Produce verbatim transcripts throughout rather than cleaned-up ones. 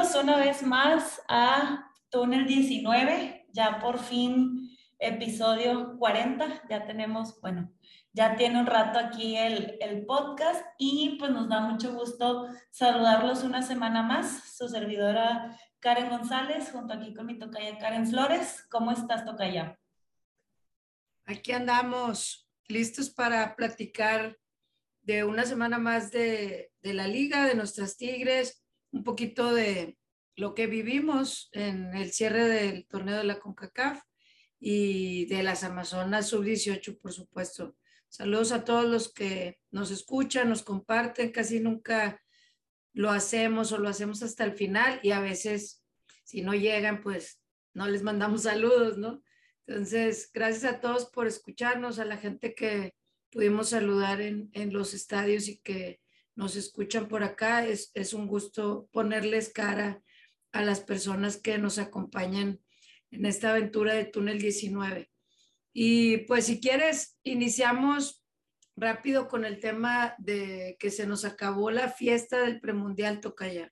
Bienvenidos una vez más a Túnel diecinueve, ya por fin episodio cuarenta, ya tenemos, bueno, ya tiene un rato aquí el, el podcast y pues nos da mucho gusto saludarlos una semana más. Su servidora Karen González, junto aquí con mi tocaya Karen Flores. ¿Cómo estás, tocaya? Aquí andamos listos para platicar de una semana más de, de la liga, de nuestras Tigres, un poquito de lo que vivimos en el cierre del torneo de la CONCACAF y de las Amazonas sub dieciocho, por supuesto. Saludos a todos los que nos escuchan, nos comparten, casi nunca lo hacemos o lo hacemos hasta el final y a veces si no llegan, pues no les mandamos saludos, ¿no? Entonces, gracias a todos por escucharnos, a la gente que pudimos saludar en, en los estadios y que nos escuchan por acá. Es, es un gusto ponerles cara a las personas que nos acompañan en esta aventura de Túnel diecinueve. Y pues si quieres, iniciamos rápido con el tema de que se nos acabó la fiesta del premundial, tocaya.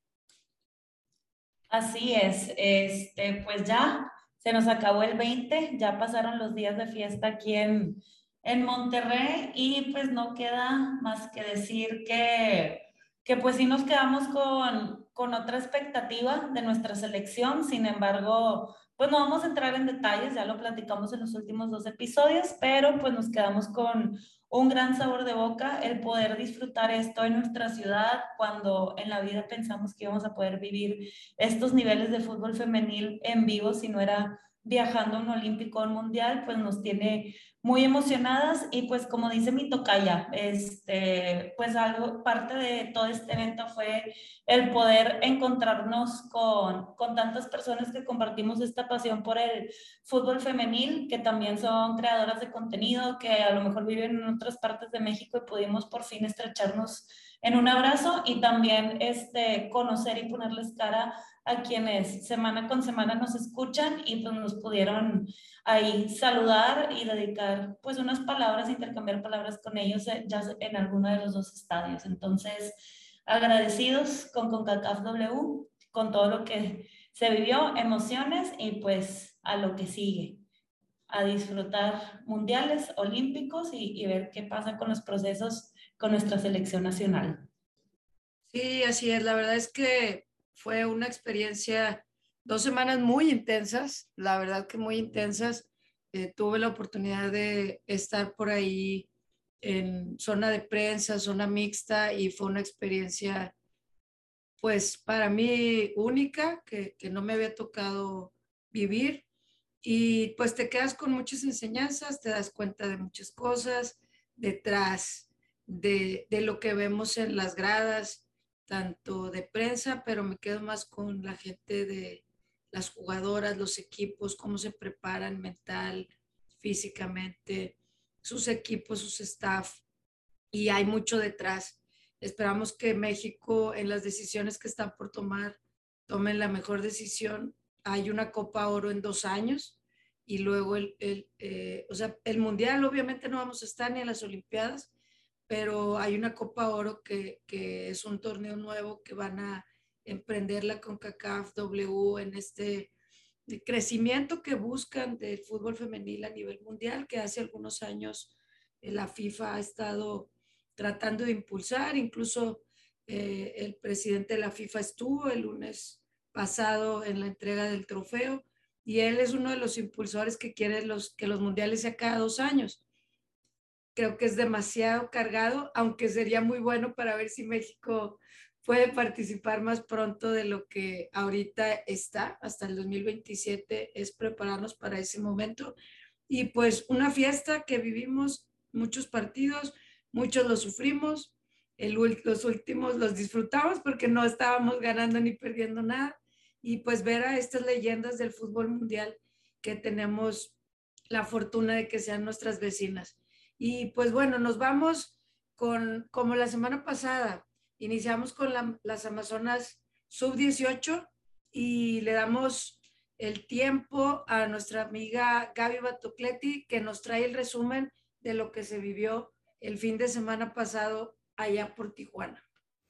Así es, este, pues ya se nos acabó el veinte, ya pasaron los días de fiesta aquí en, en Monterrey y pues no queda más que decir que, que pues sí nos quedamos con, con otra expectativa de nuestra selección. Sin embargo, pues no vamos a entrar en detalles, ya lo platicamos en los últimos dos episodios, pero pues nos quedamos con un gran sabor de boca el poder disfrutar esto en nuestra ciudad cuando en la vida pensamos que íbamos a poder vivir estos niveles de fútbol femenil en vivo, si no era viajando a un olímpico o un mundial, pues nos tiene muy emocionadas y pues como dice mi tocaya, este, pues algo, parte de todo este evento fue el poder encontrarnos con, con tantas personas que compartimos esta pasión por el fútbol femenil, que también son creadoras de contenido, que a lo mejor viven en otras partes de México y pudimos por fin estrecharnos en un abrazo y también este, conocer y ponerles cara a quienes semana con semana nos escuchan y pues nos pudieron ahí saludar y dedicar pues unas palabras, intercambiar palabras con ellos ya en alguno de los dos estadios. Entonces, agradecidos con CONCACAF W, con todo lo que se vivió, emociones y pues a lo que sigue, a disfrutar mundiales, olímpicos y, y ver qué pasa con los procesos con nuestra selección nacional. Sí, así es. La verdad es que fue una experiencia, dos semanas muy intensas, la verdad que muy intensas. Eh, tuve la oportunidad de estar por ahí en zona de prensa, zona mixta, y fue una experiencia, pues para mí única, que, que no me había tocado vivir. Y pues te quedas con muchas enseñanzas, te das cuenta de muchas cosas detrás de, de lo que vemos en las gradas, tanto de prensa, pero me quedo más con la gente de las jugadoras, los equipos, cómo se preparan mental, físicamente, sus equipos, sus staff, y hay mucho detrás. Esperamos que México en las decisiones que están por tomar tomen la mejor decisión. Hay una Copa Oro en dos años y luego el, el, eh, o sea, el Mundial obviamente no vamos a estar ni en las Olimpiadas, pero hay una Copa Oro que, que es un torneo nuevo que van a emprender la CONCACAF W en este crecimiento que buscan del fútbol femenil a nivel mundial, que hace algunos años eh, la FIFA ha estado tratando de impulsar. Incluso eh, el presidente de la FIFA estuvo el lunes pasado en la entrega del trofeo y él es uno de los impulsores que quiere los, que los mundiales sea cada dos años. Creo que es demasiado cargado, aunque sería muy bueno para ver si México puede participar más pronto de lo que ahorita está, hasta el dos mil veintisiete, es prepararnos para ese momento. Y pues una fiesta que vivimos, muchos partidos, muchos los sufrimos, el, los últimos los disfrutamos porque no estábamos ganando ni perdiendo nada. Y pues ver a estas leyendas del fútbol mundial que tenemos la fortuna de que sean nuestras vecinas. Y pues bueno, nos vamos con, como la semana pasada, iniciamos con la, las Amazonas sub dieciocho y le damos el tiempo a nuestra amiga Gaby Batocletti, que nos trae el resumen de lo que se vivió el fin de semana pasado allá por Tijuana.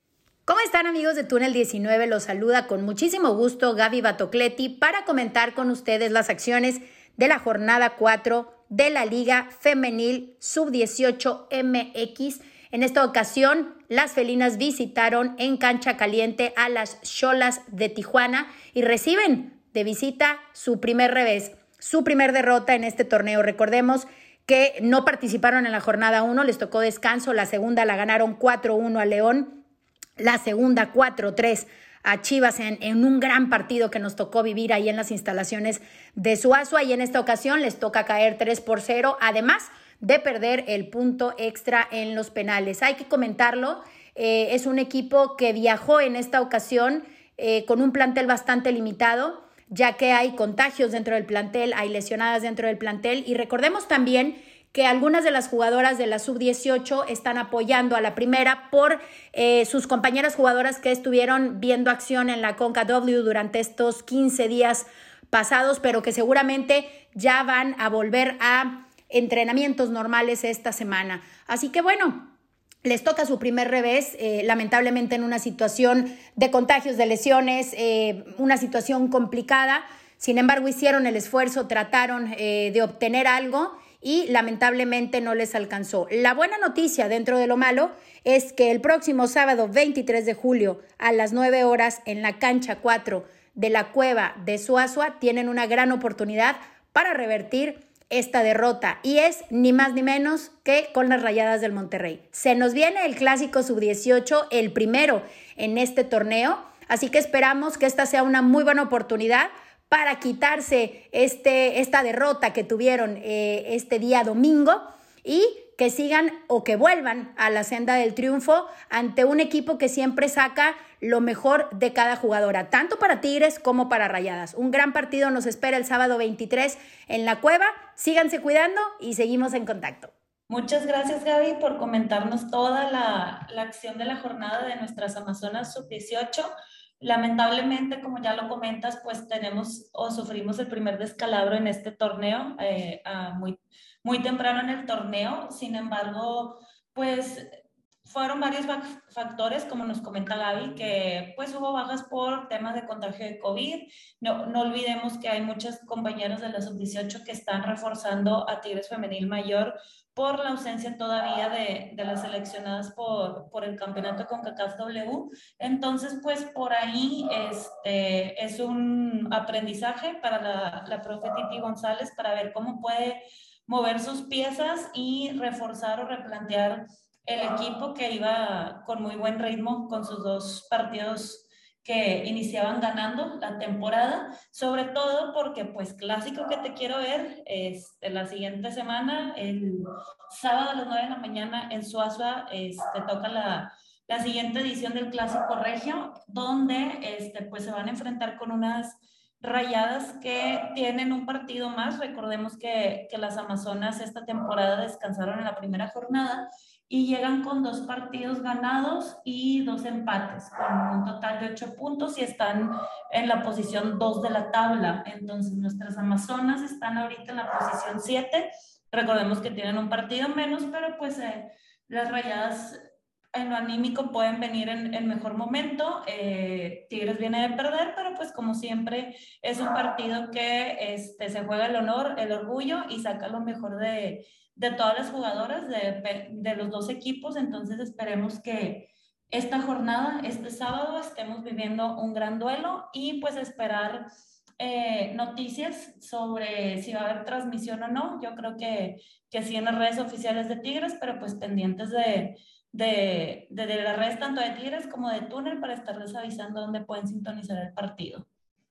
¿Cómo están, amigos de Túnel diecinueve? Los saluda con muchísimo gusto Gaby Batocleti para comentar con ustedes las acciones de la jornada cuatro de la Liga Femenil Sub dieciocho M X. En esta ocasión, las felinas visitaron en cancha caliente a las Xolas de Tijuana y reciben de visita su primer revés, su primer derrota en este torneo. Recordemos que no participaron en la jornada uno, les tocó descanso, la segunda la ganaron cuatro uno a León, la segunda cuatro tres a Chivas en, en un gran partido que nos tocó vivir ahí en las instalaciones de Suazua, y en esta ocasión les toca caer tres por cero, además de perder el punto extra en los penales. Hay que comentarlo, eh, es un equipo que viajó en esta ocasión eh, con un plantel bastante limitado, ya que hay contagios dentro del plantel, hay lesionadas dentro del plantel, y recordemos también que algunas de las jugadoras de la sub dieciocho están apoyando a la primera por eh, sus compañeras jugadoras que estuvieron viendo acción en la CONCACAF durante estos quince días pasados, pero que seguramente ya van a volver a entrenamientos normales esta semana. Así que bueno, les toca su primer revés, eh, lamentablemente en una situación de contagios, de lesiones, eh, una situación complicada. Sin embargo, hicieron el esfuerzo, trataron eh, de obtener algo y lamentablemente no les alcanzó. La buena noticia dentro de lo malo es que el próximo sábado veintitrés de julio a las nueve horas en la cancha cuatro de la Cueva de Suazua tienen una gran oportunidad para revertir esta derrota, y es ni más ni menos que con las Rayadas del Monterrey. Se nos viene el clásico sub dieciocho, el primero en este torneo, así que esperamos que esta sea una muy buena oportunidad para quitarse este, esta derrota que tuvieron eh, este día domingo y que sigan o que vuelvan a la senda del triunfo ante un equipo que siempre saca lo mejor de cada jugadora, tanto para Tigres como para Rayadas. Un gran partido nos espera el sábado veintitrés en la Cueva. Síganse cuidando y seguimos en contacto. Muchas gracias, Gaby, por comentarnos toda la, la acción de la jornada de nuestras Amazonas sub dieciocho. Lamentablemente, como ya lo comentas, pues tenemos o sufrimos el primer descalabro en este torneo, eh, ah, muy, muy temprano en el torneo. Sin embargo, pues fueron varios factores, como nos comenta Gaby, que pues hubo bajas por temas de contagio de COVID. No, no olvidemos que hay muchos compañeros de la sub dieciocho que están reforzando a Tigres Femenil Mayor por la ausencia todavía de, de las seleccionadas por, por el campeonato CONCACAF W. Entonces, pues por ahí este, es un aprendizaje para la, la profe Titi González para ver cómo puede mover sus piezas y reforzar o replantear el equipo que iba con muy buen ritmo con sus dos partidos que iniciaban ganando la temporada, sobre todo porque pues clásico que te quiero ver este, la siguiente semana, el sábado a las nueve de la mañana en Suazua, este, toca la, la siguiente edición del Clásico Regio, donde este, pues se van a enfrentar con unas Rayadas que tienen un partido más. Recordemos que, que las Amazonas esta temporada descansaron en la primera jornada y llegan con dos partidos ganados y dos empates, con un total de ocho puntos y están en la posición dos de la tabla. Entonces nuestras Amazonas están ahorita en la posición siete. Recordemos que tienen un partido menos, pero pues eh, las Rayadas en lo anímico pueden venir en el mejor momento. Eh, Tigres viene de perder, pero pues como siempre es un partido que este, se juega el honor, el orgullo y saca lo mejor de, de todas las jugadoras de, de los dos equipos. Entonces esperemos que esta jornada, este sábado, estemos viviendo un gran duelo y pues esperar eh, noticias sobre si va a haber transmisión o no. Yo creo que, que sí en las redes oficiales de Tigres, pero pues pendientes de de, de, de las redes tanto de Tigres como de Túnel para estarles avisando dónde pueden sintonizar el partido.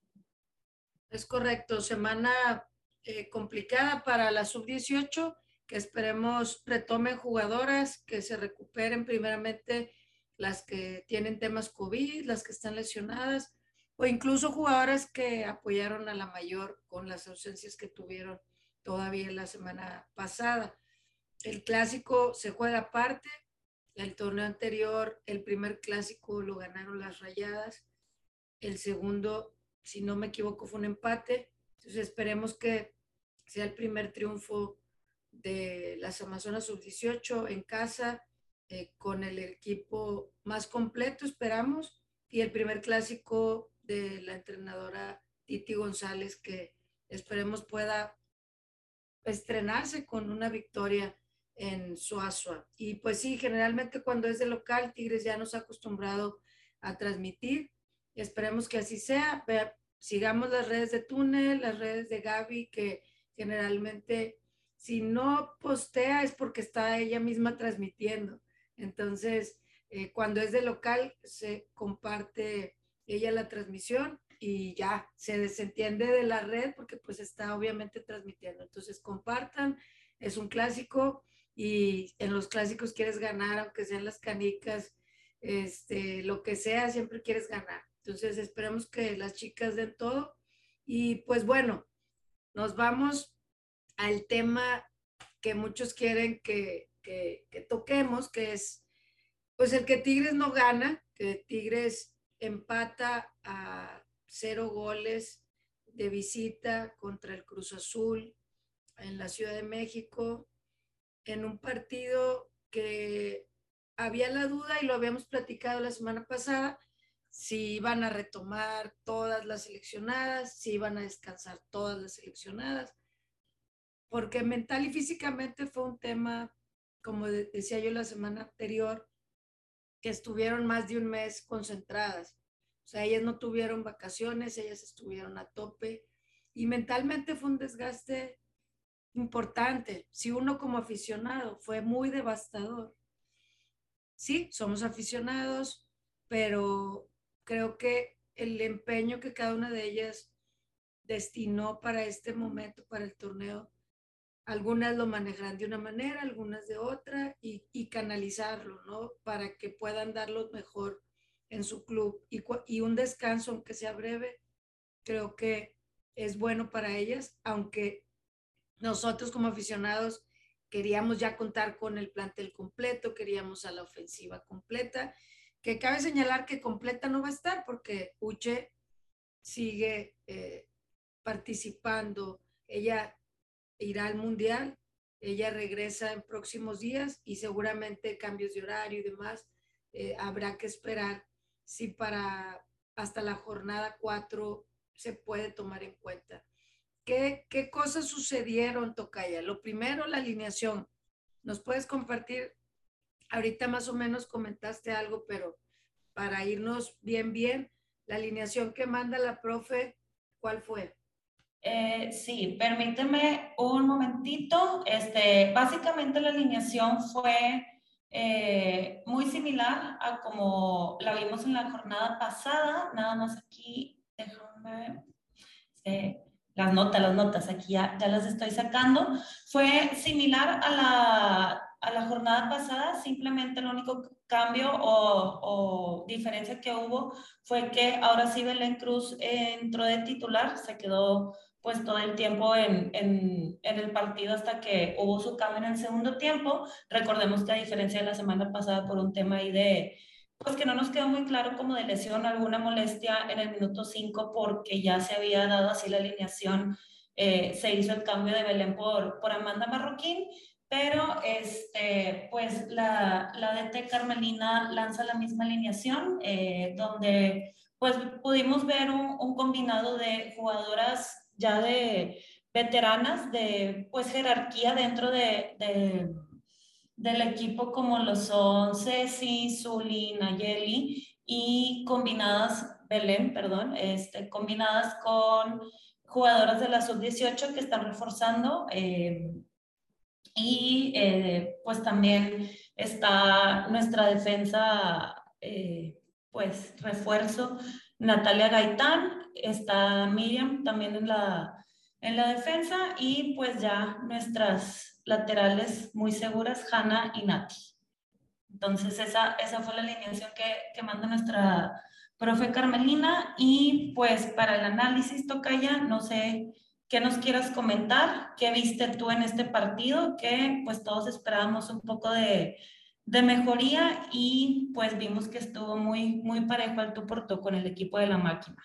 Es correcto, semana eh, complicada para la sub dieciocho, que esperemos retomen jugadoras, que se recuperen primeramente las que tienen temas COVID, las que están lesionadas, o incluso jugadoras que apoyaron a la mayor con las ausencias que tuvieron todavía la semana pasada. El clásico se juega aparte. El torneo anterior, el primer clásico lo ganaron las Rayadas. El segundo, si no me equivoco, fue un empate. Entonces esperemos que sea el primer triunfo de las Amazonas sub dieciocho en casa eh, con el equipo más completo, esperamos, y el primer clásico de la entrenadora Titi González, que esperemos pueda estrenarse con una victoria en Suazua. Y pues sí, generalmente cuando es de local, Tigres ya nos ha acostumbrado a transmitir. Esperemos que así sea. Vea, sigamos las redes de Túnel, las redes de Gaby, que generalmente si no postea es porque está ella misma transmitiendo. Entonces, eh, cuando es de local, se comparte ella la transmisión y ya se desentiende de la red porque pues está obviamente transmitiendo. Entonces compartan, es un clásico y en los clásicos quieres ganar, aunque sean las canicas, este, lo que sea, siempre quieres ganar. Entonces esperemos que las chicas den todo y pues bueno, nos vamos al tema que muchos quieren que, que, que toquemos, que es pues el que Tigres no gana, que Tigres empata a cero goles de visita contra el Cruz Azul en la Ciudad de México, en un partido que había la duda y lo habíamos platicado la semana pasada, si iban a retomar todas las seleccionadas, si iban a descansar todas las seleccionadas, porque mental y físicamente fue un tema, como decía yo la semana anterior, que estuvieron más de un mes concentradas. O sea, ellas no tuvieron vacaciones, ellas estuvieron a tope y mentalmente fue un desgaste importante. Si uno como aficionado fue muy devastador. Sí, somos aficionados, pero creo que el empeño que cada una de ellas destinó para este momento, para el torneo, algunas lo manejarán de una manera, algunas de otra, y, y canalizarlo, ¿no? Para que puedan darlo mejor en su club. Y, y un descanso, aunque sea breve, creo que es bueno para ellas, aunque nosotros como aficionados queríamos ya contar con el plantel completo, queríamos a la ofensiva completa, que cabe señalar que completa no va a estar porque Uche sigue eh, participando, ella irá al mundial, ella regresa en próximos días y seguramente cambios de horario y demás eh, habrá que esperar si para hasta la jornada cuatro se puede tomar en cuenta. ¿Qué, qué cosas sucedieron, Tocaya? Lo primero, la alineación. ¿Nos puedes compartir? Ahorita más o menos comentaste algo, pero para irnos bien, bien, la alineación que manda la profe, ¿cuál fue? Eh, sí, permíteme un momentito. Este, básicamente la alineación fue eh, muy similar a como la vimos en la jornada pasada. Nada más aquí, déjame eh, las notas, las notas, aquí ya, ya las estoy sacando. Fue similar a la, a la jornada pasada, simplemente el único cambio o, o diferencia que hubo fue que ahora sí Belén Cruz entró de titular, se quedó pues todo el tiempo en, en, en, el partido hasta que hubo su cambio en el segundo tiempo. Recordemos que a diferencia de la semana pasada por un tema ahí de, pues que no nos quedó muy claro como de lesión, alguna molestia en el minuto cinco porque ya se había dado así la alineación, eh, se hizo el cambio de Belén por, por Amanda Marroquín, pero este, pues la, la D T Carmelina lanza la misma alineación, eh, donde pues pudimos ver un, un combinado de jugadoras ya de veteranas, de pues jerarquía dentro de, de, del equipo como lo son Ceci, Zuli, Nayeli y combinadas, Belén, perdón, este, combinadas con jugadoras de la sub dieciocho que están reforzando eh, y eh, pues también está nuestra defensa, eh, pues refuerzo, Natalia Gaitán, está Miriam también en la, en la defensa y pues ya nuestras laterales muy seguras, Hanna y Nati. Entonces esa, esa fue la alineación que, que manda nuestra profe Carmelina y pues para el análisis, Tocaya, no sé qué nos quieras comentar, qué viste tú en este partido, que pues todos esperábamos un poco de, de mejoría y pues vimos que estuvo muy, muy parejo al tú por tú con el equipo de la máquina.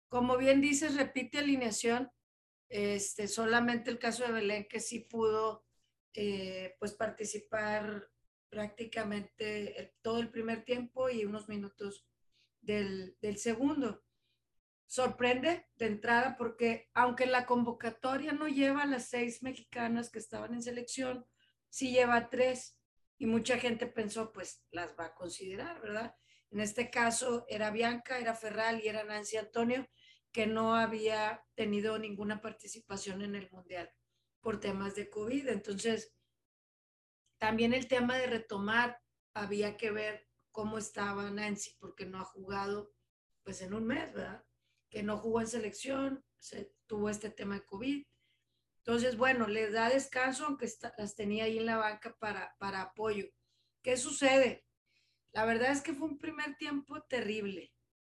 como bien dices, repite alineación. Este, solamente el caso de Belén que sí pudo eh, pues participar prácticamente el, todo el primer tiempo y unos minutos del, del segundo. Sorprende de entrada porque aunque la convocatoria no lleva a las seis mexicanas que estaban en selección, sí lleva tres y mucha gente pensó pues las va a considerar, ¿verdad? En este caso era Bianca, era Ferral y era Nancy Antonio, que no había tenido ninguna participación en el Mundial por temas de COVID. Entonces, también el tema de retomar, había que ver cómo estaba Nancy, porque no ha jugado pues en un mes, ¿verdad? Que no jugó en selección, se tuvo este tema de COVID. Entonces, bueno, les da descanso, aunque está, las tenía ahí en la banca para, para apoyo. ¿Qué sucede? La verdad es que fue un primer tiempo terrible.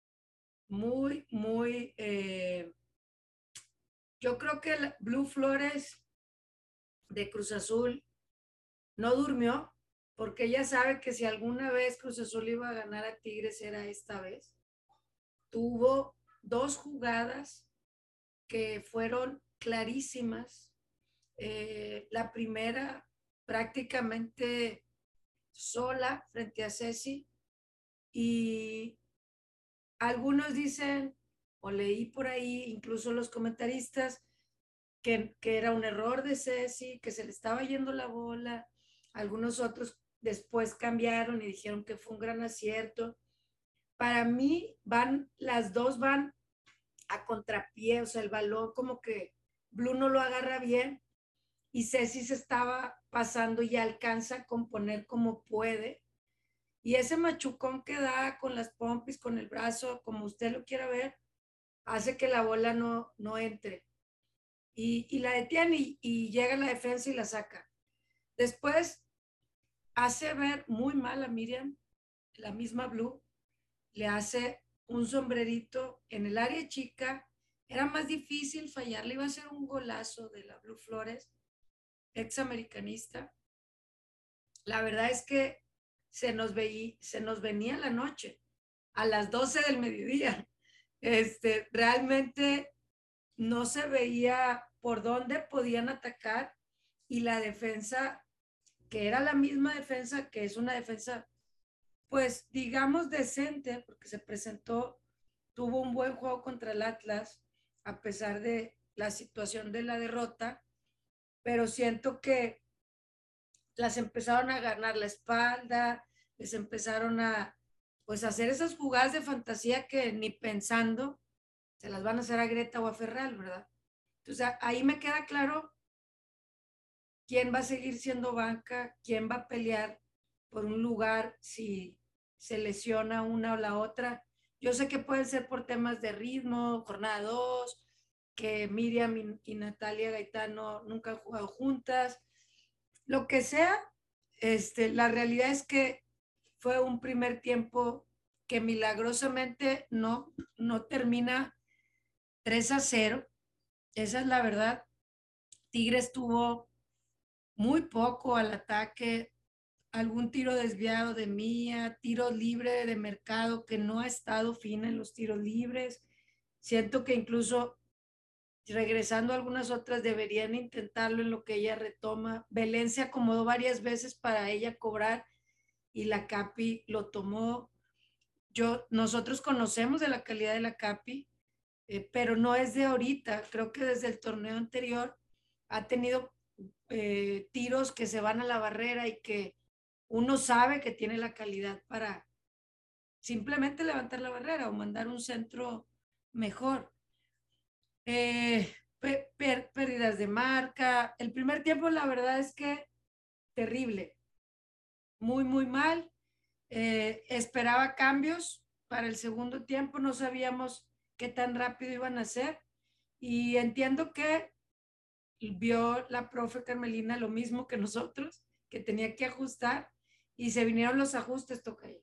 Muy, muy... Eh, yo creo que el Blue Flores de Cruz Azul no durmió, porque ella sabe que si alguna vez Cruz Azul iba a ganar a Tigres era esta vez. Tuvo dos jugadas que fueron clarísimas. Eh, la primera prácticamente sola frente a Ceci y algunos dicen, o leí por ahí, incluso los comentaristas, que, que era un error de Ceci, que se le estaba yendo la bola. Algunos otros después cambiaron y dijeron que fue un gran acierto. Para mí van, las dos van a contrapié, o sea, el balón como que Blue no lo agarra bien y Ceci se estaba pasando y alcanza a componer como puede. Y ese machucón que da con las pompis, con el brazo, como usted lo quiera ver, hace que la bola no, no entre. Y, y la detiene y, y llega a la defensa y la saca. Después hace ver muy mal a Miriam, la misma Blue, le hace un sombrerito en el área chica. Era más difícil fallarle, iba a ser un golazo de la Blue Flores, ex americanista. La verdad es que se nos, veía, se nos venía la noche, a las doce del mediodía. Este, realmente no se veía por dónde podían atacar y la defensa, que era la misma defensa, que es una defensa, pues digamos decente, porque se presentó, tuvo un buen juego contra el Atlas, a pesar de la situación de la derrota, pero siento que las empezaron a ganar la espalda, les empezaron a pues hacer esas jugadas de fantasía que ni pensando se las van a hacer a Greta o a Ferral, ¿verdad? Entonces ahí me queda claro quién va a seguir siendo banca, quién va a pelear por un lugar si se lesiona una o la otra. Yo sé que puede ser por temas de ritmo, jornada dos, que Miriam y, y Natalia Gaitano nunca han jugado juntas, lo que sea. Este, la realidad es que fue un primer tiempo que milagrosamente no, no termina tres a cero. Esa es la verdad. Tigres tuvo muy poco al ataque, algún tiro desviado de Mía, tiro libre de Mercado que no ha estado fina en los tiros libres. Siento que incluso regresando a algunas otras deberían intentarlo en lo que ella retoma. Belén se acomodó varias veces para ella cobrar y la Capi lo tomó. Yo, nosotros conocemos de la calidad de la Capi, eh, pero no es de ahorita. Creo que desde el torneo anterior ha tenido eh, tiros que se van a la barrera y que uno sabe que tiene la calidad para simplemente levantar la barrera o mandar un centro mejor. Eh, pérdidas de marca. El primer tiempo, la verdad es que terrible, muy, muy mal. Eh, esperaba cambios para el segundo tiempo, no sabíamos qué tan rápido iban a ser. Y entiendo que vio la profe Carmelina lo mismo que nosotros, que tenía que ajustar y se vinieron los ajustes, Tocayo.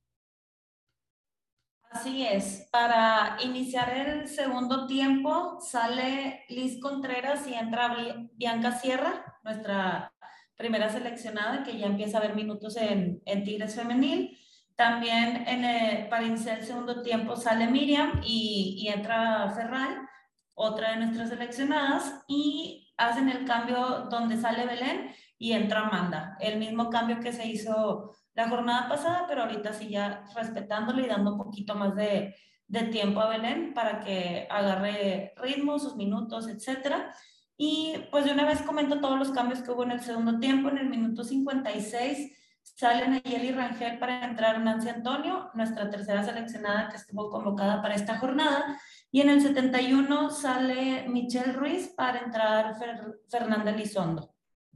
Así es, para iniciar el segundo tiempo sale Liz Contreras y entra Bianca Sierra, nuestra primera seleccionada, que ya empieza a ver minutos en, en Tigres Femenil. También en el, para iniciar el segundo tiempo sale Miriam y, y entra Ferral, otra de nuestras seleccionadas, y hacen el cambio donde sale Belén y entra Amanda. El mismo cambio que se hizo la jornada pasada, pero ahorita sí ya respetándole y dando un poquito más de, de tiempo a Belén para que agarre ritmo, sus minutos, etcétera. Y pues de una vez comento todos los cambios que hubo en el segundo tiempo. En el minuto cincuenta y seis sale Nayeli Rangel para entrar Nancy Antonio, nuestra tercera seleccionada que estuvo convocada para esta jornada. Y en el setenta y uno sale Michelle Ruiz para entrar Fer Fernanda Elizondo.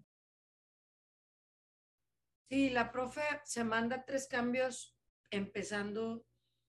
Sí, la profe se manda tres cambios empezando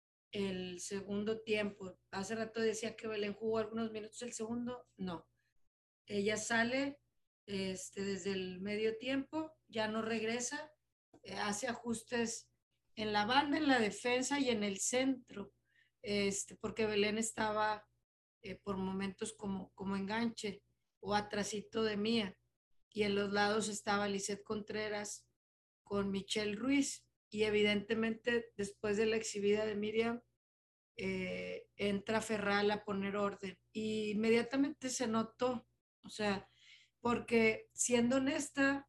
el segundo tiempo. Hace rato decía que Belén jugó algunos minutos el segundo, no. Ella sale este, desde el medio tiempo, ya no regresa, eh, hace ajustes en la banda, en la defensa y en el centro, este, porque Belén estaba eh, por momentos como, como enganche o atrasito de Mía, y en los lados estaba Lisette Contreras con Michelle Ruiz, y evidentemente después de la exhibida de Miriam, eh, entra Ferral a poner orden, y inmediatamente se notó, o sea, porque siendo honesta,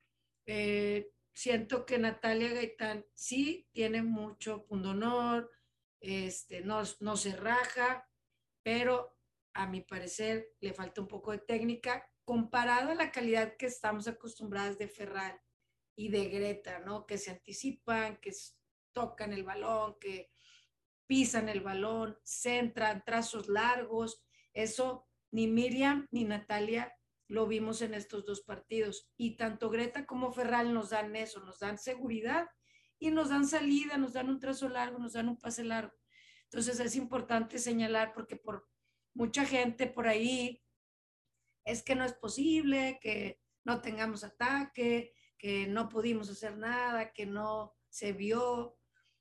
eh, siento que Natalia Gaitán sí tiene mucho pundonor, este, no, no se raja, pero a mi parecer le falta un poco de técnica comparado a la calidad que estamos acostumbradas de Ferral y de Greta, ¿no? Que se anticipan, que tocan el balón, que pisan el balón, centran, trazos largos. Eso ni Miriam ni Natalia lo vimos en estos dos partidos. Y tanto Greta como Ferral nos dan eso, nos dan seguridad y nos dan salida, nos dan un trazo largo, nos dan un pase largo. Entonces es importante señalar porque por mucha gente por ahí es que no es posible, que no tengamos ataque, que no pudimos hacer nada, que no se vio.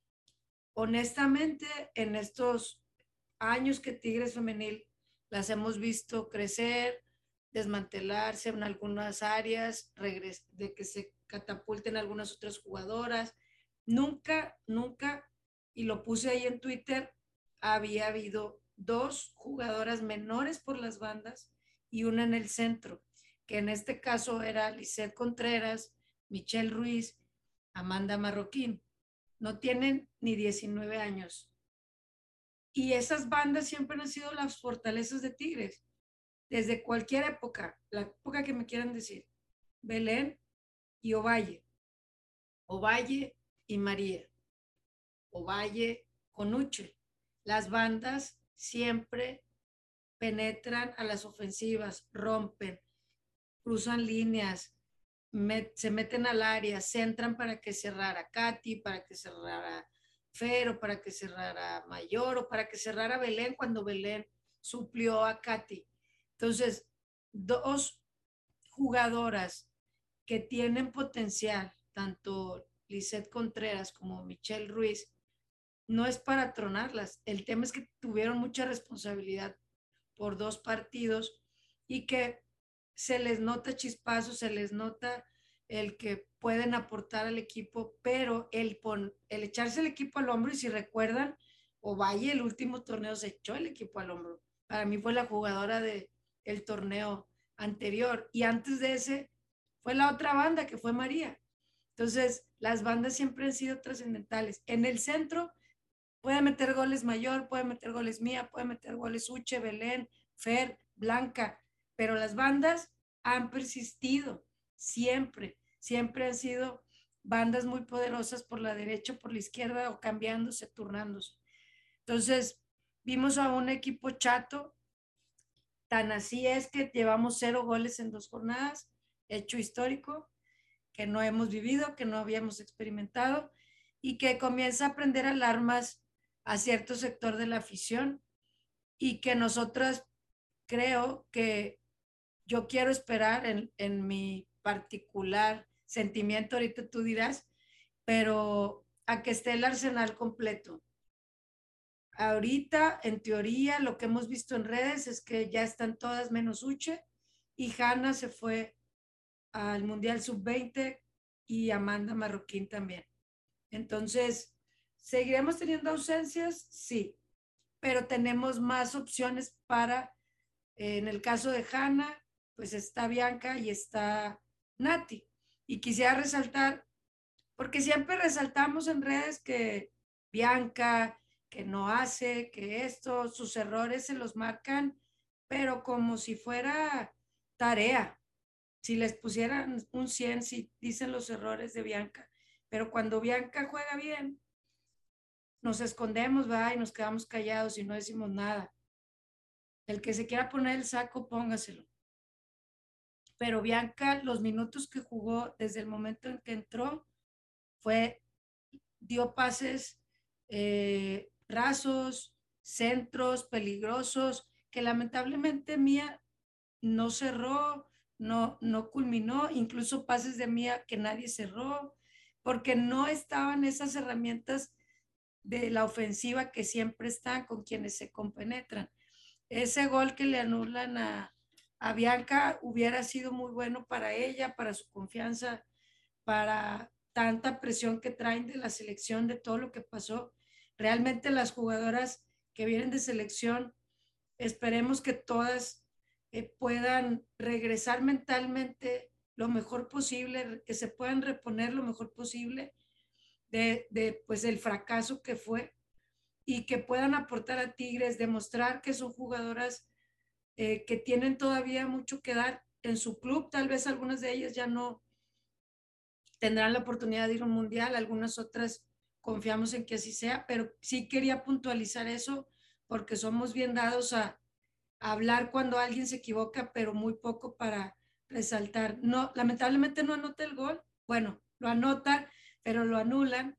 Honestamente, en estos años que Tigres Femenil las hemos visto crecer, desmantelarse en algunas áreas, de que se catapulten algunas otras jugadoras. Nunca, nunca, y lo puse ahí en Twitter, había habido dos jugadoras menores por las bandas y una en el centro, que en este caso era Lisette Contreras, Michelle Ruiz, Amanda Marroquín. No tienen ni diecinueve años. Y esas bandas siempre han sido las fortalezas de Tigres, desde cualquier época, la época que me quieran decir. Belén y Ovalle, Ovalle y María, Ovalle con Uche. Las bandas siempre penetran a las ofensivas, rompen, cruzan líneas, met, se meten al área, centran para que cerrara Katy, para que cerrara Fer, o para que cerrara Mayor, o para que cerrara Belén cuando Belén suplió a Katy. Entonces, dos jugadoras que tienen potencial, tanto Lisette Contreras como Michelle Ruiz, no es para tronarlas. El tema es que tuvieron mucha responsabilidad por dos partidos y que se les nota chispazos, se les nota el que pueden aportar al equipo, pero el, pon, el echarse el equipo al hombro, y si recuerdan, Ovalle el último torneo se echó el equipo al hombro. Para mí fue la jugadora del torneo anterior, y antes de ese fue la otra banda que fue María. Entonces, las bandas siempre han sido trascendentales. En el centro puede meter goles Mayor, puede meter goles Mía, puede meter goles Uche, Belén, Fer, Blanca, pero las bandas han persistido siempre, siempre han sido bandas muy poderosas por la derecha, por la izquierda, o cambiándose, turnándose. Entonces, vimos a un equipo chato, tan así es que llevamos cero goles en dos jornadas, hecho histórico, que no hemos vivido, que no habíamos experimentado, y que comienza a prender alarmas a cierto sector de la afición, y que nosotras creo que yo quiero esperar en, en mi particular sentimiento, ahorita tú dirás, pero a que esté el arsenal completo. Ahorita, en teoría, lo que hemos visto en redes es que ya están todas menos Uche, y Hanna se fue al Mundial sub veinte y Amanda Marroquín también. Entonces, ¿Seguiremos teniendo ausencias? Sí, pero tenemos más opciones para, eh, en el caso de Hanna, pues está Bianca y está Nati. Y quisiera resaltar, porque siempre resaltamos en redes que Bianca, que no hace, que esto, sus errores se los marcan, pero como si fuera tarea. Si les pusieran un cien, si dicen los errores de Bianca, pero cuando Bianca juega bien, nos escondemos, va, y nos quedamos callados y no decimos nada. El que se quiera poner el saco, póngaselo. Pero Bianca, los minutos que jugó desde el momento en que entró, fue, dio pases eh, rasos, centros peligrosos, que lamentablemente Mía no cerró, no, no culminó, incluso pases de Mía que nadie cerró, porque no estaban esas herramientas de la ofensiva que siempre están con quienes se compenetran. Ese gol que le anulan a, a Bianca hubiera sido muy bueno para ella, para su confianza, para tanta presión que traen de la selección, de todo lo que pasó. Realmente las jugadoras que vienen de selección, esperemos que todas eh, puedan regresar mentalmente lo mejor posible, que se puedan reponer lo mejor posible de, de pues el fracaso que fue y que puedan aportar a Tigres, demostrar que son jugadoras eh, que tienen todavía mucho que dar en su club. Tal vez algunas de ellas ya no tendrán la oportunidad de ir a un mundial, algunas otras confiamos en que así sea, pero sí quería puntualizar eso porque somos bien dados a, a hablar cuando alguien se equivoca, pero muy poco para resaltar. No, lamentablemente no anota el gol, bueno, lo anota, pero lo anulan.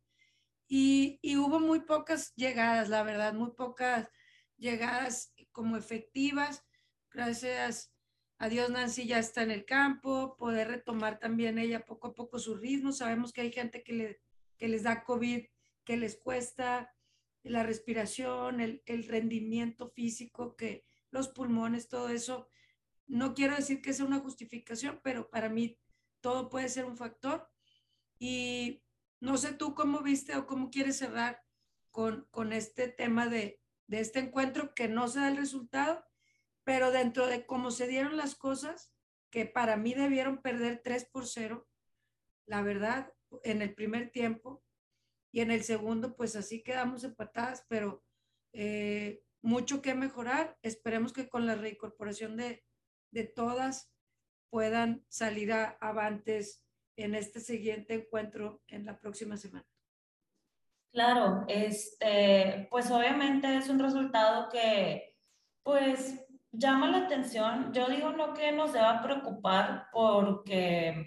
Y, y hubo muy pocas llegadas, la verdad, muy pocas llegadas como efectivas. Gracias a Dios Nancy ya está en el campo, poder retomar también ella poco a poco su ritmo. Sabemos que hay gente que, le, que les da COVID, que les cuesta la respiración, el, el rendimiento físico, que los pulmones, todo eso. No quiero decir que sea una justificación, pero para mí todo puede ser un factor. Y no sé tú cómo viste o cómo quieres cerrar con, con este tema de, de este encuentro que no se da el resultado, pero dentro de cómo se dieron las cosas, que para mí debieron perder tres por cero, la verdad, en el primer tiempo, y en el segundo, pues así quedamos empatadas, pero eh, mucho que mejorar. Esperemos que con la reincorporación de, de todas puedan salir a, avantes en este siguiente encuentro en la próxima semana. Claro, este, pues obviamente es un resultado que, pues, llama la atención. Yo digo no que nos deba preocupar porque,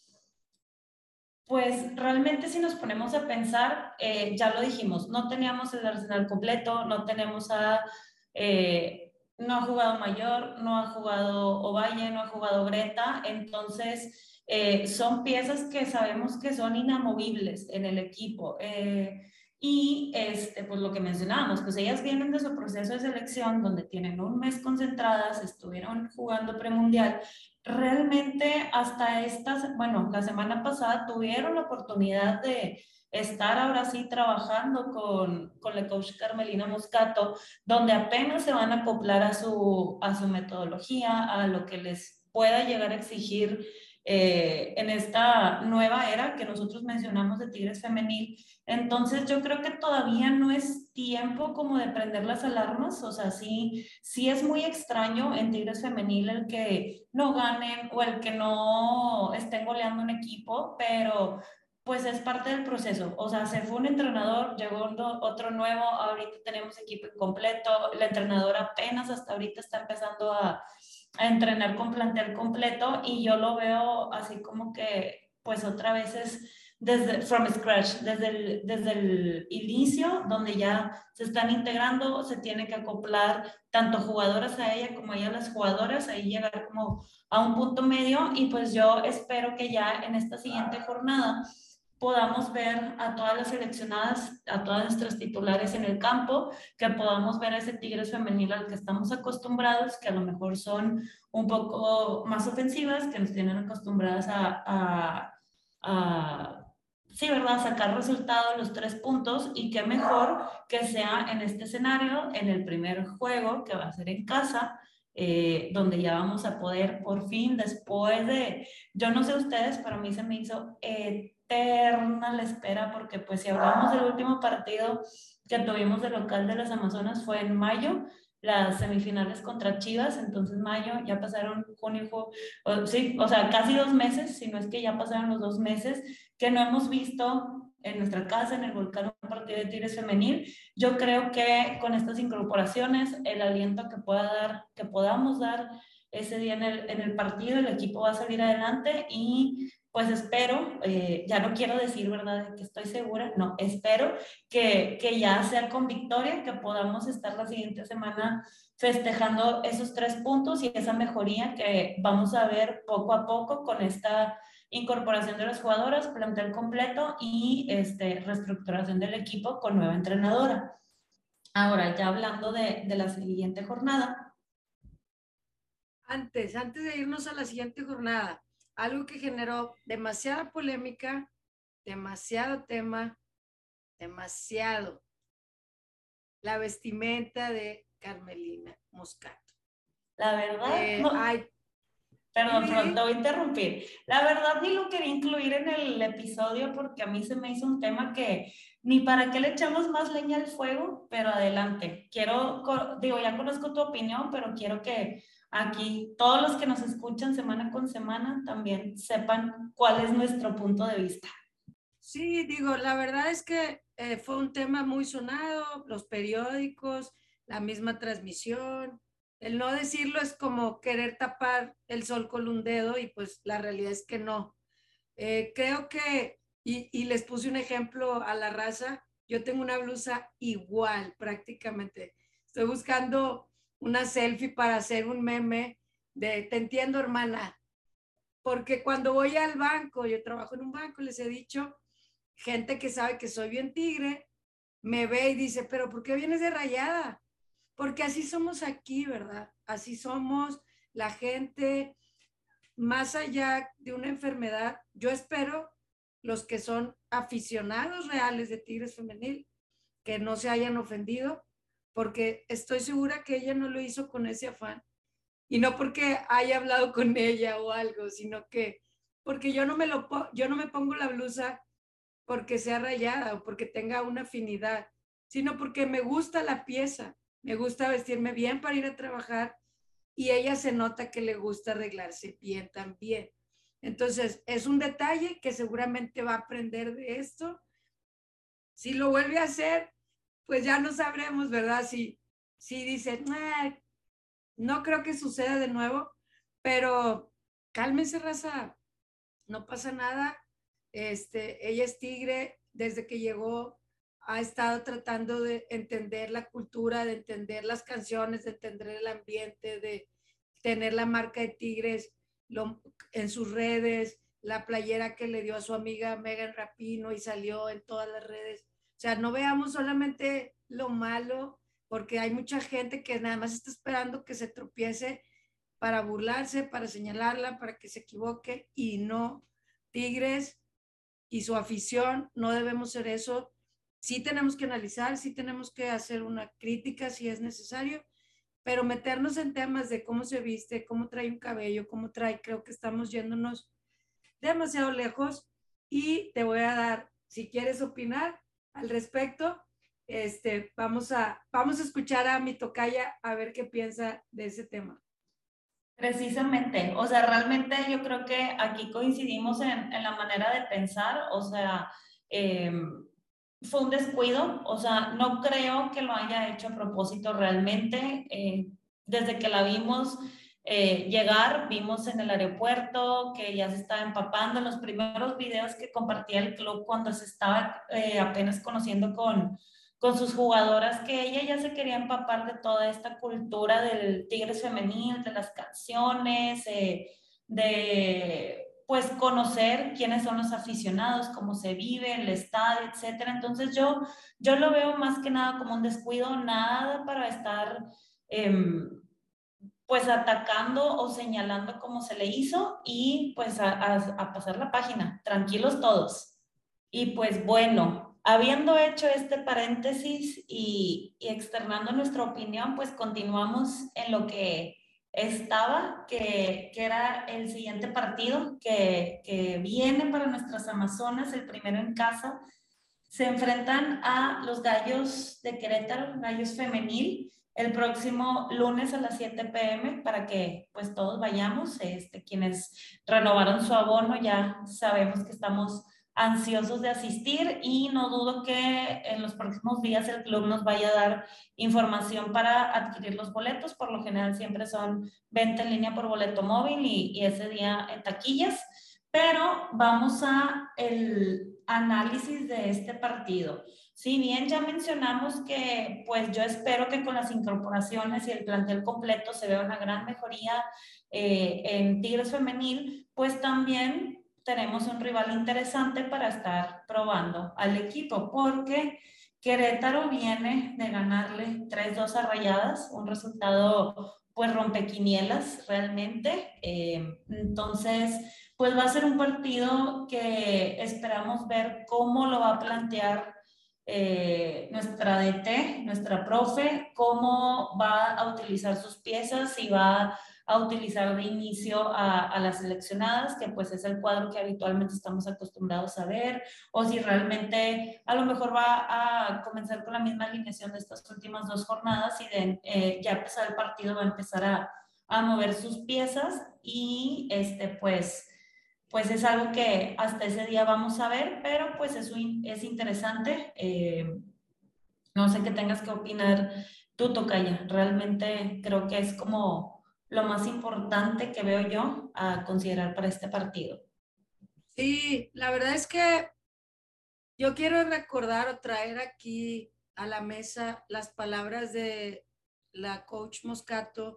pues, realmente si nos ponemos a pensar, eh, ya lo dijimos, no teníamos el arsenal completo, no tenemos a, eh, no ha jugado Mayor, no ha jugado Ovalle, no ha jugado Greta, entonces eh, son piezas que sabemos que son inamovibles en el equipo. Eh, y este, pues lo que mencionábamos, pues ellas vienen de su proceso de selección donde tienen un mes concentradas, estuvieron jugando premundial. Realmente hasta estas, bueno, la semana pasada tuvieron la oportunidad de estar ahora sí trabajando con, con la coach Carmelina Moscato, donde apenas se van a acoplar a su, a su metodología, a lo que les pueda llegar a exigir eh, en esta nueva era que nosotros mencionamos de Tigres Femenil. Entonces yo creo que todavía no es tiempo como de prender las alarmas, o sea, sí, sí es muy extraño en Tigres Femenil el que no ganen o el que no estén goleando un equipo, pero pues es parte del proceso. O sea, se fue un entrenador, llegó otro nuevo, ahorita tenemos equipo incompleto, el entrenador apenas hasta ahorita está empezando a, a entrenar con plantel completo y yo lo veo así como que pues otra vez es desde from scratch, desde el, desde el inicio, donde ya se están integrando, se tiene que acoplar tanto jugadoras a ella como ella a las jugadoras, ahí llegar como a un punto medio y pues yo espero que ya en esta siguiente jornada podamos ver a todas las seleccionadas, a todas nuestras titulares en el campo, que podamos ver a ese Tigres femenil al que estamos acostumbrados, que a lo mejor son un poco más ofensivas, que nos tienen acostumbradas a, a, a sí, ¿verdad? Sacar resultados, los tres puntos, y qué mejor que sea en este escenario, en el primer juego que va a ser en casa, eh, donde ya vamos a poder por fin, después de, yo no sé ustedes, pero a mí se me hizo eterna la espera, porque pues si hablamos del último partido que tuvimos de local de las Amazonas fue en mayo, las semifinales contra Chivas, entonces mayo, ya pasaron junio, julio, o, sí, o sea, casi dos meses, si no es que ya pasaron los dos meses, que no hemos visto en nuestra casa, en el Volcán, un partido de Tigres femenil. Yo creo que con estas incorporaciones, el aliento que pueda dar, que podamos dar ese día en el, en el partido, el equipo va a salir adelante y pues espero, eh, ya no quiero decir, ¿verdad?, que estoy segura, no, espero que, que ya sea con victoria, que podamos estar la siguiente semana festejando esos tres puntos y esa mejoría que vamos a ver poco a poco con esta incorporación de las jugadoras, plantel completo y este, reestructuración del equipo con nueva entrenadora. Ahora, ya hablando de, de la siguiente jornada. Antes, antes de irnos a la siguiente jornada, algo que generó demasiada polémica, demasiado tema, demasiado, la vestimenta de Carmelina Moscato. La verdad, Eh, no, hay, perdón, dime, perdón, dime. te voy a interrumpir. La verdad ni lo quería incluir en el episodio porque a mí se me hizo un tema que ni para qué le echamos más leña al fuego, pero adelante. Quiero, co- digo, ya conozco tu opinión, pero quiero que aquí todos los que nos escuchan semana con semana también sepan cuál es nuestro punto de vista. Sí, digo, la verdad es que eh, fue un tema muy sonado, los periódicos, la misma transmisión. El no decirlo es como querer tapar el sol con un dedo y pues la realidad es que no. Eh, creo que, y, y les puse un ejemplo a la raza, yo tengo una blusa igual prácticamente. Estoy buscando una selfie para hacer un meme de, te entiendo, hermana, porque cuando voy al banco, yo trabajo en un banco, les he dicho, gente que sabe que soy bien tigre, me ve y dice, pero ¿por qué vienes de rayada? Porque así somos aquí, ¿verdad? Así somos la gente, más allá de una enfermedad. Yo espero los que son aficionados reales de Tigres Femenil que no se hayan ofendido, porque estoy segura que ella no lo hizo con ese afán. Y no porque haya hablado con ella o algo, sino que porque yo no me, lo, yo no me pongo la blusa porque sea rayada o porque tenga una afinidad, sino porque me gusta la pieza, me gusta vestirme bien para ir a trabajar y ella se nota que le gusta arreglarse bien también. Entonces, es un detalle que seguramente va a aprender de esto. Si lo vuelve a hacer, pues ya no sabremos, ¿verdad? Si, si dice, nah, no creo que suceda de nuevo, pero cálmense, raza, no pasa nada. Este, ella es tigre, desde que llegó ha estado tratando de entender la cultura, de entender las canciones, de entender el ambiente, de tener la marca de Tigres lo, en sus redes, la playera que le dio a su amiga Megan Rapino y salió en todas las redes. O sea, no veamos solamente lo malo, porque hay mucha gente que nada más está esperando que se tropiece para burlarse, para señalarla, para que se equivoque, y no, Tigres y su afición, no debemos ser eso. Sí tenemos que analizar, sí tenemos que hacer una crítica si es necesario, pero meternos en temas de cómo se viste, cómo trae un cabello, cómo trae, creo que estamos yéndonos demasiado lejos. Y te voy a dar, si quieres opinar al respecto, este, vamos, a, vamos a escuchar a mi tocaya a ver qué piensa de ese tema. Precisamente, o sea, realmente yo creo que aquí coincidimos en, en la manera de pensar, o sea, eh, fue un descuido, o sea, no creo que lo haya hecho a propósito realmente. Eh, desde que la vimos eh, llegar, vimos en el aeropuerto que ya se estaba empapando en los primeros videos que compartía el club cuando se estaba eh, apenas conociendo con con sus jugadoras, que ella ya se quería empapar de toda esta cultura del Tigres femenil, de las canciones, eh, de pues conocer quiénes son los aficionados, cómo se vive, el estadio, etcétera. Entonces yo, yo lo veo más que nada como un descuido, nada para estar eh, pues atacando o señalando cómo se le hizo y pues a, a, a pasar la página, tranquilos todos. Y pues bueno, habiendo hecho este paréntesis y, y externando nuestra opinión, pues continuamos en lo que estaba, que, que era el siguiente partido que, que viene para nuestras Amazonas, el primero en casa. Se enfrentan a los Gallos de Querétaro, Gallos Femenil, el próximo lunes a las siete p m para que pues todos vayamos. Este, quienes renovaron su abono ya sabemos que estamos ansiosos de asistir y no dudo que en los próximos días el club nos vaya a dar información para adquirir los boletos. Por lo general siempre son venta en línea por boleto móvil y, y ese día en taquillas. Pero vamos a el análisis de este partido. Si bien ya mencionamos que pues yo espero que con las incorporaciones y el plantel completo se vea una gran mejoría eh, en Tigres Femenil, pues también tenemos un rival interesante para estar probando al equipo, porque Querétaro viene de ganarle tres dos a Rayadas, un resultado pues rompequinielas realmente. Eh, entonces pues va a ser un partido que esperamos ver cómo lo va a plantear eh, nuestra D T, nuestra profe, cómo va a utilizar sus piezas, si va a utilizar de inicio a, a las seleccionadas, que pues es el cuadro que habitualmente estamos acostumbrados a ver, o si realmente a lo mejor va a comenzar con la misma alineación de estas últimas dos jornadas y de, eh, ya empezar el partido va a empezar a, a mover sus piezas y este pues pues es algo que hasta ese día vamos a ver, pero pues es, es interesante. Eh, no sé qué tengas que opinar tú, Tocaya. Realmente creo que es como lo más importante que veo yo a considerar para este partido. Sí, la verdad es que yo quiero recordar o traer aquí a la mesa las palabras de la coach Moscato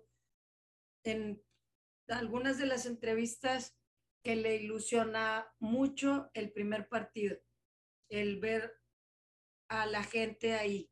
en algunas de las entrevistas, que le ilusiona mucho el primer partido, el ver a la gente ahí.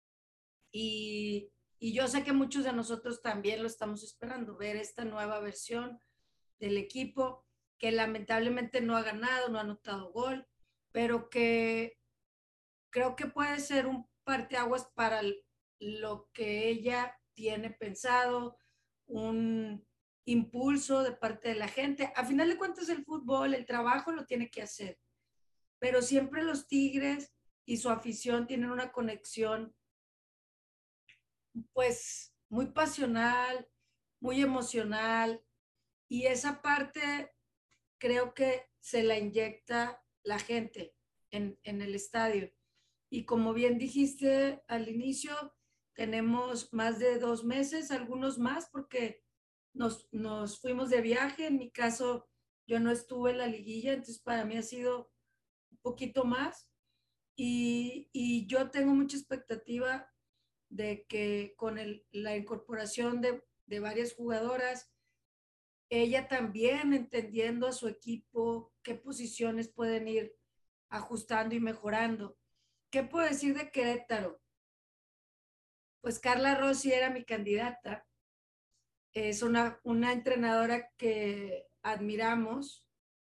Y, y yo sé que muchos de nosotros también lo estamos esperando, ver esta nueva versión del equipo, que lamentablemente no ha ganado, no ha anotado gol, pero que creo que puede ser un parteaguas para lo que ella tiene pensado, un impulso de parte de la gente. A final de cuentas, el fútbol, el trabajo lo tiene que hacer, pero siempre los Tigres y su afición tienen una conexión pues muy pasional, muy emocional, y esa parte creo que se la inyecta la gente en, en el estadio. Y como bien dijiste al inicio, tenemos más de dos meses, algunos más, porque nos, nos fuimos de viaje. En mi caso, yo no estuve en la liguilla, entonces para mí ha sido un poquito más. Y, y yo tengo mucha expectativa de que con el, la incorporación de, de varias jugadoras, ella también entendiendo a su equipo, qué posiciones pueden ir ajustando y mejorando. ¿Qué puedo decir de Querétaro? Pues Carla Rossi era mi candidata. Es una, una entrenadora que admiramos.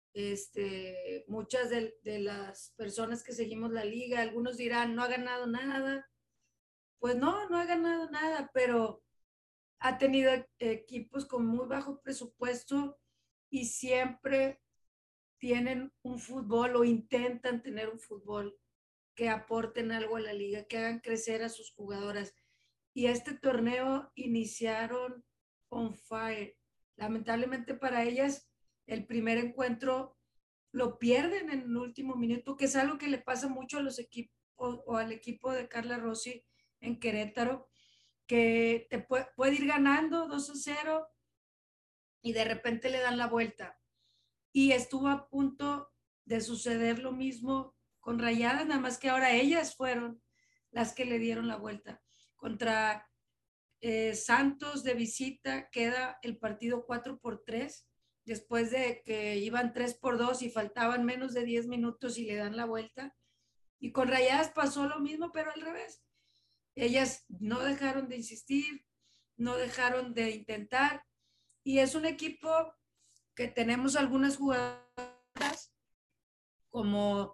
Este, muchas de, de las personas que seguimos la liga, algunos dirán, no ha ganado nada. Pues no, no ha ganado nada, pero ha tenido equipos con muy bajo presupuesto y siempre tienen un fútbol o intentan tener un fútbol que aporten algo a la liga, que hagan crecer a sus jugadoras. Y este torneo iniciaron on fire. Lamentablemente para ellas, el primer encuentro lo pierden en el último minuto, que es algo que le pasa mucho a los equipos o al equipo de Carla Rossi en Querétaro, que te puede, puede ir ganando dos a cero y de repente le dan la vuelta. Y estuvo a punto de suceder lo mismo con Rayadas, nada más que ahora ellas fueron las que le dieron la vuelta. Contra eh, Santos de visita queda el partido cuatro por tres, después de que iban tres por dos y faltaban menos de diez minutos y le dan la vuelta. Y con Rayadas pasó lo mismo, pero al revés. Ellas no dejaron de insistir, no dejaron de intentar, y es un equipo que tenemos algunas jugadoras como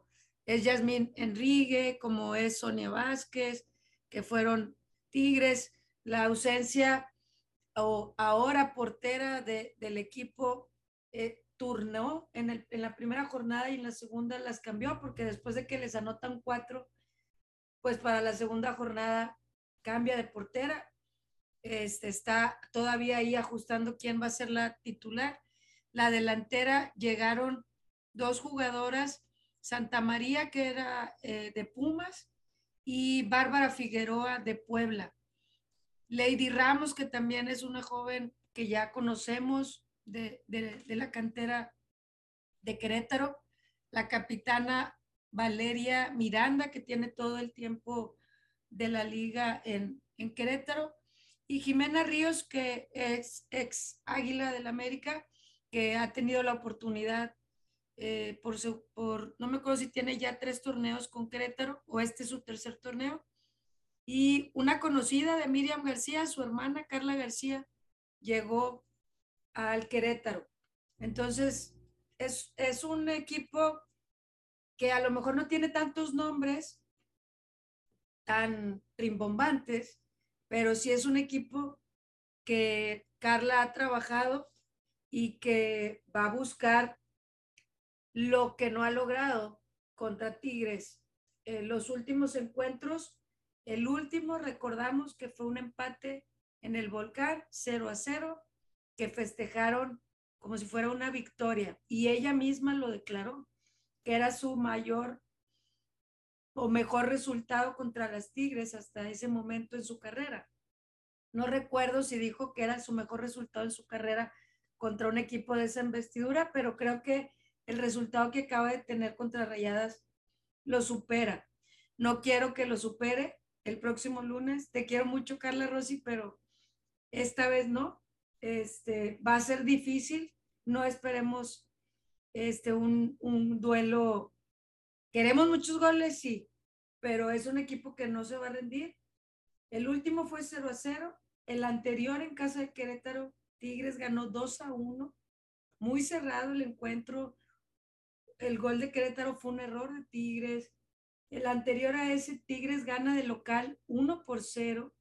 es Yasmín Enrique, como es Sonia Vázquez, que fueron Tigres. La ausencia o ahora portera de, del equipo eh, turnó en, el, en la primera jornada y en la segunda las cambió, porque después de que les anotan cuatro, pues para la segunda jornada cambia de portera. Este, está todavía ahí ajustando quién va a ser la titular. La delantera llegaron dos jugadoras, Santa María, que era eh, de Pumas, y Bárbara Figueroa de Puebla. Lady Ramos, que también es una joven que ya conocemos de, de, de la cantera de Querétaro. La capitana Valeria Miranda, que tiene todo el tiempo de la liga en, en Querétaro. Y Jimena Ríos, que es ex Águila del América, que ha tenido la oportunidad eh, por, su, por, no me acuerdo si tiene ya tres torneos con Querétaro o este es su tercer torneo. Y una conocida de Miriam García, su hermana Carla García, llegó al Querétaro. Entonces, es, es un equipo que a lo mejor no tiene tantos nombres tan rimbombantes, pero sí es un equipo que Carla ha trabajado y que va a buscar lo que no ha logrado contra Tigres. En los últimos encuentros, el último recordamos que fue un empate en el Volcán, cero a cero, que festejaron como si fuera una victoria y ella misma lo declaró, que era su mayor o mejor resultado contra las Tigres hasta ese momento en su carrera. No recuerdo si dijo que era su mejor resultado en su carrera contra un equipo de esa investidura, pero creo que el resultado que acaba de tener contra Rayadas lo supera. No quiero que lo supere el próximo lunes. Te quiero mucho, Carla Rossi, pero esta vez no. Este, va a ser difícil. No esperemos este, un, un duelo. Queremos muchos goles, sí, pero es un equipo que no se va a rendir. El último fue cero a cero. El anterior en casa de Querétaro, Tigres ganó dos a uno. Muy cerrado el encuentro. El gol de Querétaro fue un error de Tigres. El anterior a ese, Tigres gana de local uno por cero.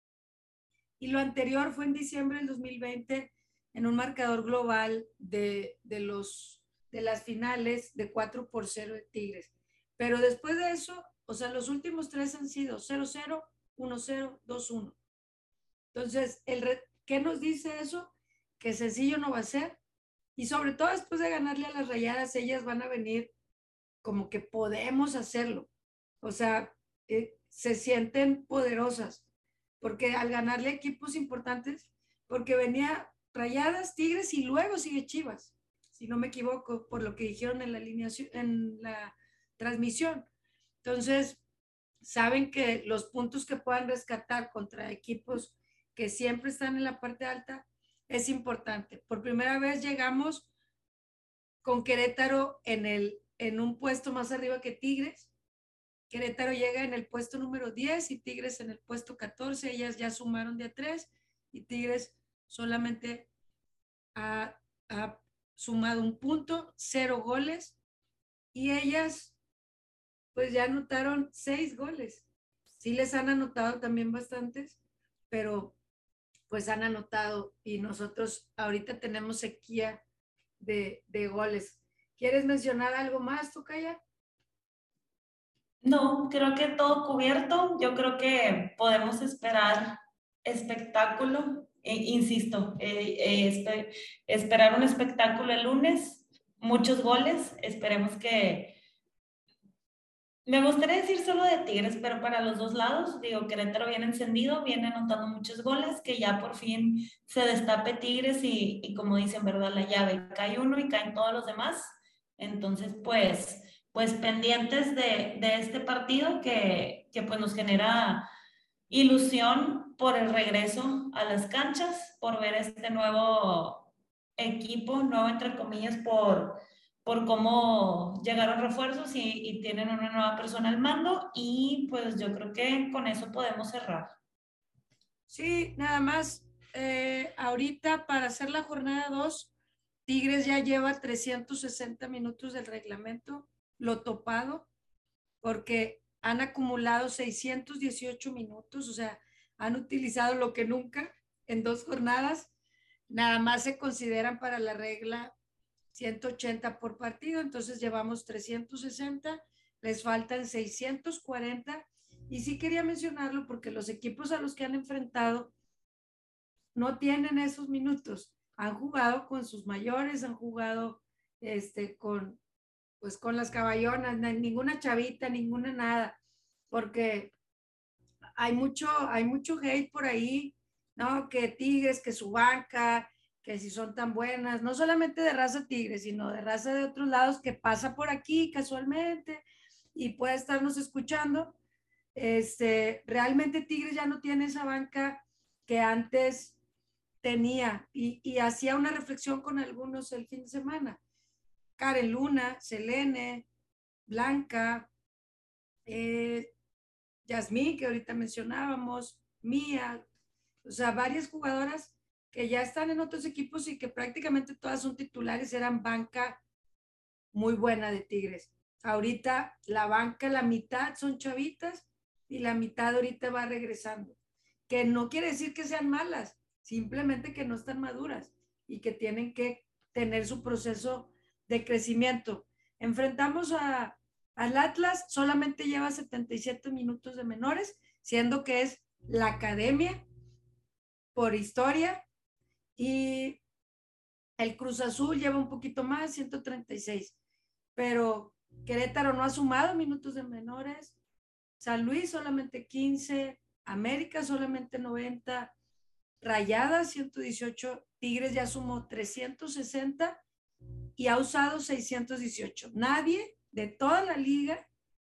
Y lo anterior fue en diciembre del dos mil veinte en un marcador global de, de, los, de las finales de cuatro por cero de Tigres. Pero después de eso, o sea, los últimos tres han sido cero cero, uno cero, dos uno. Entonces, el, ¿qué nos dice eso? Que sencillo no va a ser. Y sobre todo después de ganarle a las Rayadas, ellas van a venir como que podemos hacerlo. O sea, eh, se sienten poderosas, porque al ganarle equipos importantes, porque venía Rayadas, Tigres y luego sigue Chivas, si no me equivoco, por lo que dijeron en la alineación, en la transmisión. Entonces, saben que los puntos que puedan rescatar contra equipos que siempre están en la parte alta es importante. Por primera vez llegamos con Querétaro en, el, en un puesto más arriba que Tigres. Querétaro llega en el puesto número diez y Tigres en el puesto catorce. Ellas ya sumaron de a tres y Tigres solamente ha, ha sumado un punto, cero goles. Y ellas pues ya anotaron seis goles. Sí les han anotado también bastantes, pero pues han anotado y nosotros ahorita tenemos sequía de, de goles. ¿Quieres mencionar algo más, Tocaya? No, creo que todo cubierto. Yo creo que podemos esperar espectáculo. Eh, insisto, eh, eh, espe esperar un espectáculo el lunes, muchos goles. Esperemos que... Me gustaría decir solo de Tigres, pero para los dos lados, digo, Querétaro viene encendido, viene anotando muchos goles, que ya por fin se destape Tigres y, y como dicen, ¿verdad? La llave, cae uno y caen todos los demás. Entonces, pues, pues pendientes de, de este partido que, que pues nos genera ilusión por el regreso a las canchas, por ver este nuevo equipo, nuevo entre comillas, por por cómo llegaron refuerzos y, y tienen una nueva persona al mando y pues yo creo que con eso podemos cerrar. Sí, nada más. Eh, ahorita para hacer la jornada dos, Tigres ya lleva trescientos sesenta minutos del reglamento, lo topado. porque han acumulado seiscientos dieciocho minutos, o sea, han utilizado lo que nunca en dos jornadas. Nada más se consideran para la regla ciento ochenta por partido, entonces llevamos trescientos sesenta, les faltan seiscientos cuarenta. Y sí quería mencionarlo porque los equipos a los que han enfrentado no tienen esos minutos. Han jugado con sus mayores, han jugado este, con, pues, con las caballonas, ninguna chavita, ninguna nada, porque hay mucho, hay mucho hate por ahí, ¿no? Que Tigres, que su banca, que si son tan buenas, no solamente de raza Tigres, sino de raza de otros lados que pasa por aquí casualmente y puede estarnos escuchando. Este, realmente Tigres ya no tiene esa banca que antes tenía y, y hacía una reflexión con algunos el fin de semana. Karen Luna, Selene, Blanca, eh, Yasmín, que ahorita mencionábamos, Mía, o sea, varias jugadoras que ya están en otros equipos y que prácticamente todas son titulares, eran banca muy buena de Tigres. Ahorita la banca, la mitad son chavitas y la mitad ahorita va regresando. Que no quiere decir que sean malas, simplemente que no están maduras y que tienen que tener su proceso de crecimiento. Enfrentamos a, al Atlas, solamente lleva setenta y siete minutos de menores, siendo que es la academia por historia, y el Cruz Azul lleva un poquito más, ciento treinta y seis, pero Querétaro no ha sumado minutos de menores, San Luis solamente quince, América solamente noventa, Rayadas ciento dieciocho, Tigres ya sumó trescientos sesenta y ha usado seiscientos dieciocho. Nadie de toda la liga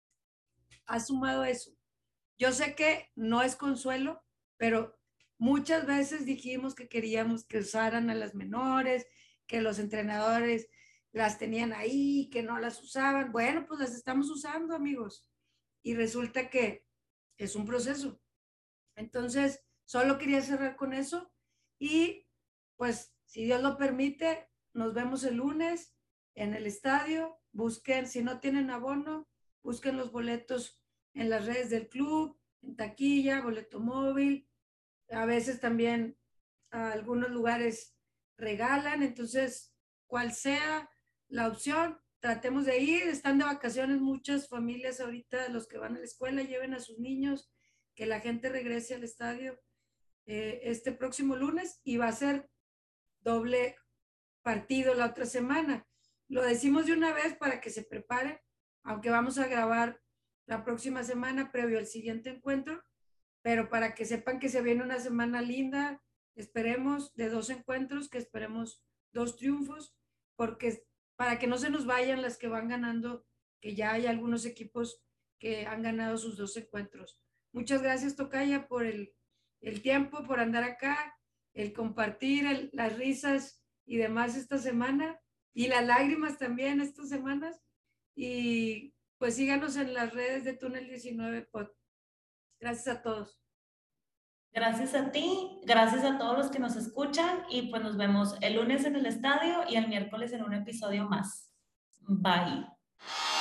ha sumado eso. Yo sé que no es consuelo, pero muchas veces dijimos que queríamos que usaran a las menores, que los entrenadores las tenían ahí, que no las usaban. Bueno, pues las estamos usando, amigos. Y resulta que es un proceso. Entonces, solo quería cerrar con eso. Y pues, si Dios lo permite, nos vemos el lunes en el estadio. Busquen, si no tienen abono, busquen los boletos en las redes del club, en taquilla, boleto móvil. A veces también a algunos lugares regalan. Entonces, cual sea la opción, tratemos de ir. Están de vacaciones muchas familias ahorita, los que van a la escuela, lleven a sus niños, que la gente regrese al estadio eh, este próximo lunes, y va a ser doble partido la otra semana. Lo decimos de una vez para que se preparen, aunque vamos a grabar la próxima semana previo al siguiente encuentro, pero para que sepan que se viene una semana linda, esperemos de dos encuentros, que esperemos dos triunfos, porque para que no se nos vayan las que van ganando, que ya hay algunos equipos que han ganado sus dos encuentros. Muchas gracias, Tocaya, por el, el tiempo, por andar acá, el compartir el, las risas y demás esta semana, y las lágrimas también estas semanas. Y pues síganos en las redes de Túnel diecinueve Pod. Gracias a todos. Gracias a ti, gracias a todos los que nos escuchan, y pues nos vemos el lunes en el estadio y el miércoles en un episodio más. Bye.